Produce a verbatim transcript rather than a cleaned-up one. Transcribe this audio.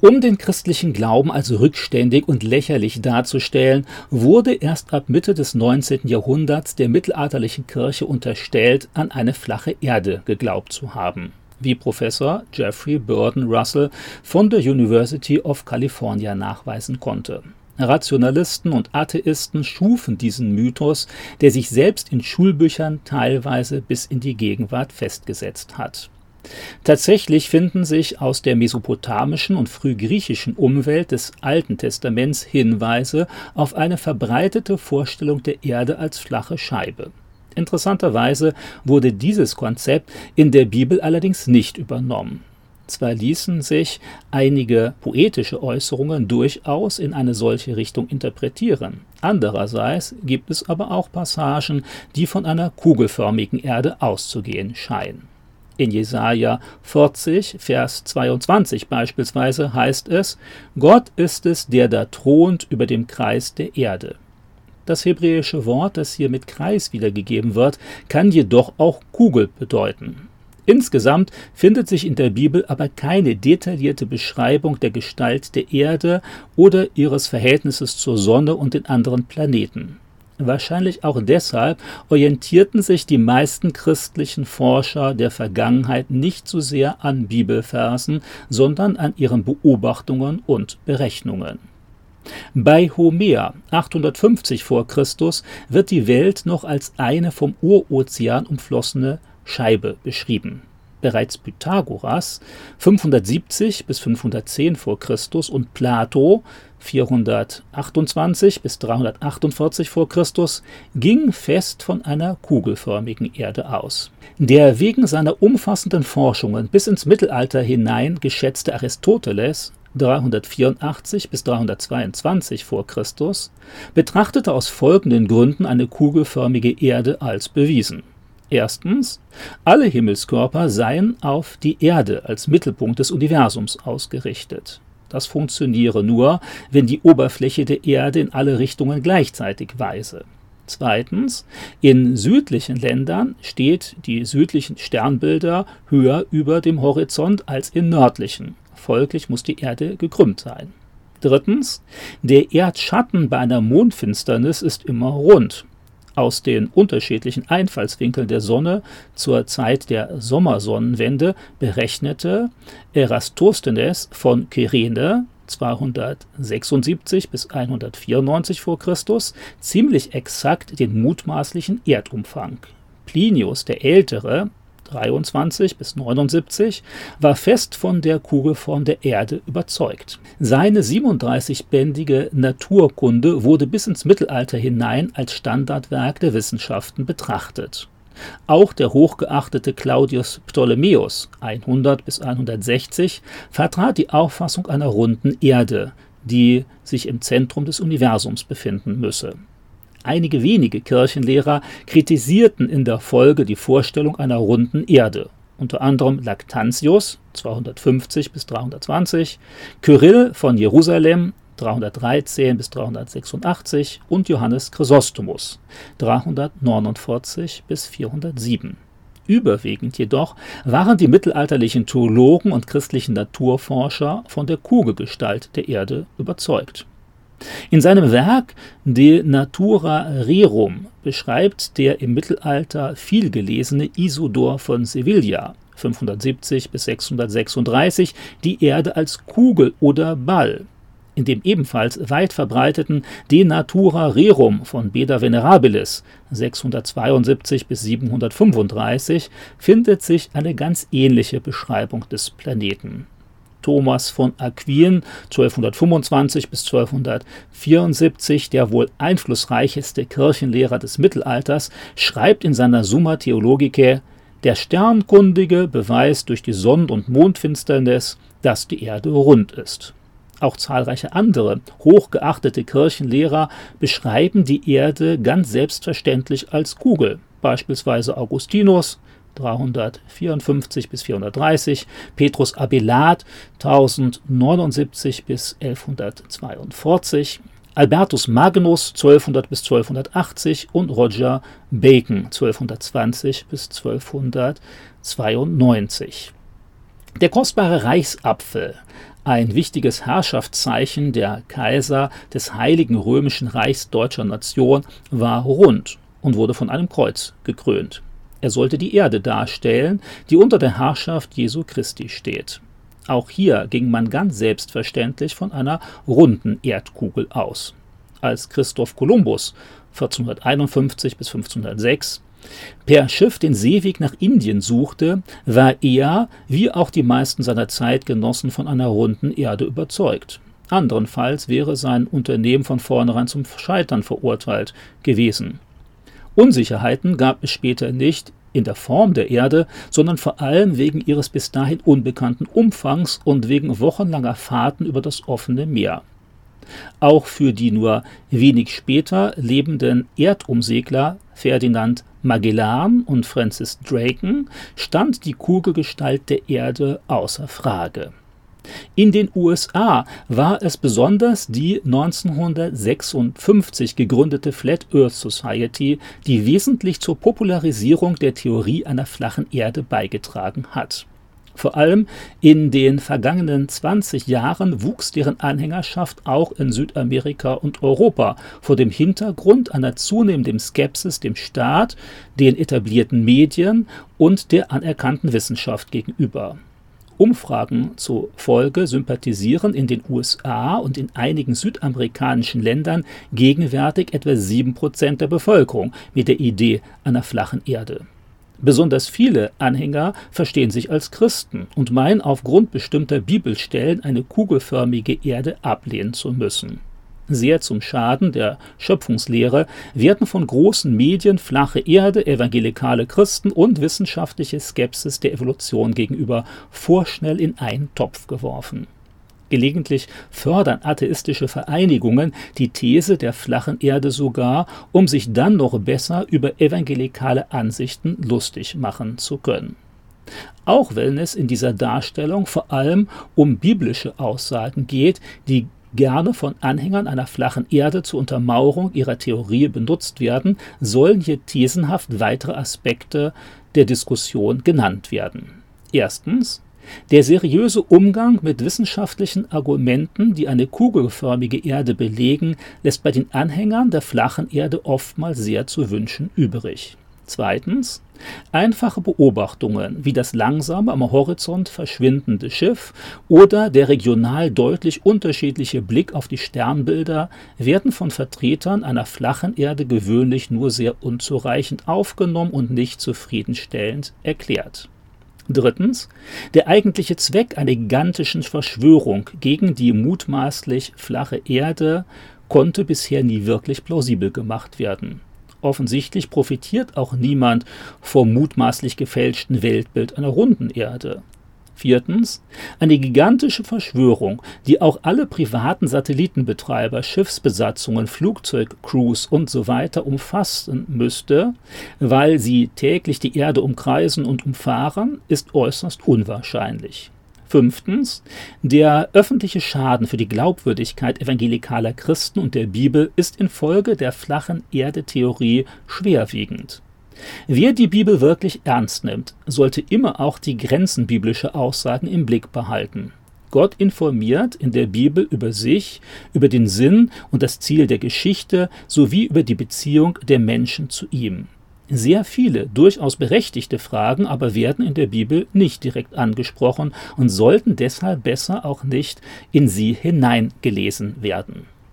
Um den christlichen Glauben als rückständig und lächerlich darzustellen, wurde erst ab Mitte des neunzehnten Jahrhunderts der mittelalterlichen Kirche unterstellt, an eine flache Erde geglaubt zu haben, wie Professor Jeffrey Burton Russell von der University of California nachweisen konnte. Rationalisten und Atheisten schufen diesen Mythos, der sich selbst in Schulbüchern teilweise bis in die Gegenwart festgesetzt hat. Tatsächlich finden sich aus der mesopotamischen und frühgriechischen Umwelt des Alten Testaments Hinweise auf eine verbreitete Vorstellung der Erde als flache Scheibe. Interessanterweise wurde dieses Konzept in der Bibel allerdings nicht übernommen. Zwar ließen sich einige poetische Äußerungen durchaus in eine solche Richtung interpretieren, andererseits gibt es aber auch Passagen, die von einer kugelförmigen Erde auszugehen scheinen. In Jesaja vierzig, Vers zweiundzwanzig beispielsweise heißt es: Gott ist es, der da thront über dem Kreis der Erde. Das hebräische Wort, das hier mit Kreis wiedergegeben wird, kann jedoch auch Kugel bedeuten. Insgesamt findet sich in der Bibel aber keine detaillierte Beschreibung der Gestalt der Erde oder ihres Verhältnisses zur Sonne und den anderen Planeten. Wahrscheinlich auch deshalb orientierten sich die meisten christlichen Forscher der Vergangenheit nicht so sehr an Bibelversen, sondern an ihren Beobachtungen und Berechnungen. Bei Homer achthundertfünfzig vor Christus wird die Welt noch als eine vom Urozean umflossene Scheibe beschrieben. Bereits Pythagoras fünfhundertsiebzig bis fünfhundertzehn vor Christus und Plato vierhundertachtundzwanzig bis dreihundertachtundvierzig vor Christus ging fest von einer kugelförmigen Erde aus. Der wegen seiner umfassenden Forschungen bis ins Mittelalter hinein geschätzte Aristoteles dreihundertvierundachtzig bis dreihundertzweiundzwanzig vor Christus betrachtete aus folgenden Gründen eine kugelförmige Erde als bewiesen. Erstens, alle Himmelskörper seien auf die Erde als Mittelpunkt des Universums ausgerichtet. Das funktioniere nur, wenn die Oberfläche der Erde in alle Richtungen gleichzeitig weise. Zweitens, in südlichen Ländern steht die südlichen Sternbilder höher über dem Horizont als in nördlichen. Folglich muss die Erde gekrümmt sein. Drittens, der Erdschatten bei einer Mondfinsternis ist immer rund. Aus den unterschiedlichen Einfallswinkeln der Sonne zur Zeit der Sommersonnenwende berechnete Eratosthenes von Kyrene zweihundertsechsundsiebzig bis hundertvierundneunzig vor Christus ziemlich exakt den mutmaßlichen Erdumfang. Plinius der Ältere dreiundzwanzig bis neunundsiebzig war fest von der Kugelform der Erde überzeugt. Seine siebenunddreißigbändige Naturkunde wurde bis ins Mittelalter hinein als Standardwerk der Wissenschaften betrachtet. Auch der hochgeachtete Claudius Ptolemäus hundert bis hundertsechzig vertrat die Auffassung einer runden Erde, die sich im Zentrum des Universums befinden müsse. Einige wenige Kirchenlehrer kritisierten in der Folge die Vorstellung einer runden Erde, unter anderem Lactantius zweihundertfünfzig bis dreihundertzwanzig, Kyrill von Jerusalem dreihundertdreizehn bis dreihundertsechsundachtzig und Johannes Chrysostomus dreihundertneunundvierzig bis vierhundertsieben. Überwiegend jedoch waren die mittelalterlichen Theologen und christlichen Naturforscher von der Kugelgestalt der Erde überzeugt. In seinem Werk De Natura Rerum beschreibt der im Mittelalter vielgelesene Isidor von Sevilla fünfhundertsiebzig bis sechshundertsechsunddreißig die Erde als Kugel oder Ball. In dem ebenfalls weit verbreiteten De Natura Rerum von Beda Venerabilis sechshundertzweiundsiebzig bis siebenhundertfünfunddreißig findet sich eine ganz ähnliche Beschreibung des Planeten. Thomas von Aquin zwölfhundertfünfundzwanzig bis zwölfhundertvierundsiebzig, der wohl einflussreichste Kirchenlehrer des Mittelalters, schreibt in seiner Summa Theologicae: Der Sternkundige beweist durch die Sonnen- und Mondfinsternis, dass die Erde rund ist. Auch zahlreiche andere hochgeachtete Kirchenlehrer beschreiben die Erde ganz selbstverständlich als Kugel, beispielsweise Augustinus dreihundertvierundfünfzig bis vierhundertdreißig, Petrus Abelard tausendneunundsiebzig bis elfhundertzweiundvierzig, Albertus Magnus zwölfhundert bis zwölfhundertachtzig und Roger Bacon zwölfhundertzwanzig bis zwölfhundertzweiundneunzig. Der kostbare Reichsapfel, Ein wichtiges Herrschaftszeichen der Kaiser des Heiligen Römischen Reichs deutscher Nation war rund und wurde von einem Kreuz gekrönt. Er sollte die Erde darstellen, die unter der Herrschaft Jesu Christi steht. Auch hier ging man ganz selbstverständlich von einer runden Erdkugel aus. Als Christoph Kolumbus vierzehnhunderteinundfünfzig bis fünfzehnhundertsechs per Schiff den Seeweg nach Indien suchte, war er, wie auch die meisten seiner Zeitgenossen, von einer runden Erde überzeugt. Anderenfalls wäre sein Unternehmen von vornherein zum Scheitern verurteilt gewesen. Unsicherheiten gab es später nicht in der Form der Erde, sondern vor allem wegen ihres bis dahin unbekannten Umfangs und wegen wochenlanger Fahrten über das offene Meer. Auch für die nur wenig später lebenden Erdumsegler Ferdinand Magellan und Francis Drake stand die Kugelgestalt der Erde außer Frage. In den U S A war es besonders die neunzehnhundertsechsundfünfzig gegründete Flat Earth Society, die wesentlich zur Popularisierung der Theorie einer flachen Erde beigetragen hat. Vor allem in den vergangenen zwanzig Jahren wuchs deren Anhängerschaft auch in Südamerika und Europa vor dem Hintergrund einer zunehmenden Skepsis dem Staat, den etablierten Medien und der anerkannten Wissenschaft gegenüber. Umfragen zufolge sympathisieren in den U S A und in einigen südamerikanischen Ländern gegenwärtig etwa sieben Prozent der Bevölkerung mit der Idee einer flachen Erde. Besonders viele Anhänger verstehen sich als Christen und meinen aufgrund bestimmter Bibelstellen eine kugelförmige Erde ablehnen zu müssen. Sehr zum Schaden der Schöpfungslehre werden von großen Medien flache Erde, evangelikale Christen und wissenschaftliche Skepsis der Evolution gegenüber vorschnell in einen Topf geworfen. Gelegentlich fördern atheistische Vereinigungen die These der flachen Erde sogar, um sich dann noch besser über evangelikale Ansichten lustig machen zu können. Auch wenn es in dieser Darstellung vor allem um biblische Aussagen geht, die gerne von Anhängern einer flachen Erde zur Untermauerung ihrer Theorie benutzt werden, sollen hier thesenhaft weitere Aspekte der Diskussion genannt werden. Erstens: Der seriöse Umgang mit wissenschaftlichen Argumenten, die eine kugelförmige Erde belegen, lässt bei den Anhängern der flachen Erde oftmals sehr zu wünschen übrig. Zweitens: Einfache Beobachtungen wie das langsame am Horizont verschwindende Schiff oder der regional deutlich unterschiedliche Blick auf die Sternbilder werden von Vertretern einer flachen Erde gewöhnlich nur sehr unzureichend aufgenommen und nicht zufriedenstellend erklärt. Drittens: Der eigentliche Zweck einer gigantischen Verschwörung gegen die mutmaßlich flache Erde konnte bisher nie wirklich plausibel gemacht werden. Offensichtlich profitiert auch niemand vom mutmaßlich gefälschten Weltbild einer runden Erde. Viertens: Eine gigantische Verschwörung, die auch alle privaten Satellitenbetreiber, Schiffsbesatzungen, Flugzeugcrews usw. umfassen müsste, weil sie täglich die Erde umkreisen und umfahren, ist äußerst unwahrscheinlich. Fünftens: Der öffentliche Schaden für die Glaubwürdigkeit evangelikaler Christen und der Bibel ist infolge der flachen Erde-Theorie schwerwiegend. Wer die Bibel wirklich ernst nimmt, sollte immer auch die Grenzen biblischer Aussagen im Blick behalten. Gott informiert in der Bibel über sich, über den Sinn und das Ziel der Geschichte sowie über die Beziehung der Menschen zu ihm. Sehr viele durchaus berechtigte Fragen aber werden in der Bibel nicht direkt angesprochen und sollten deshalb besser auch nicht in sie hineingelesen werden.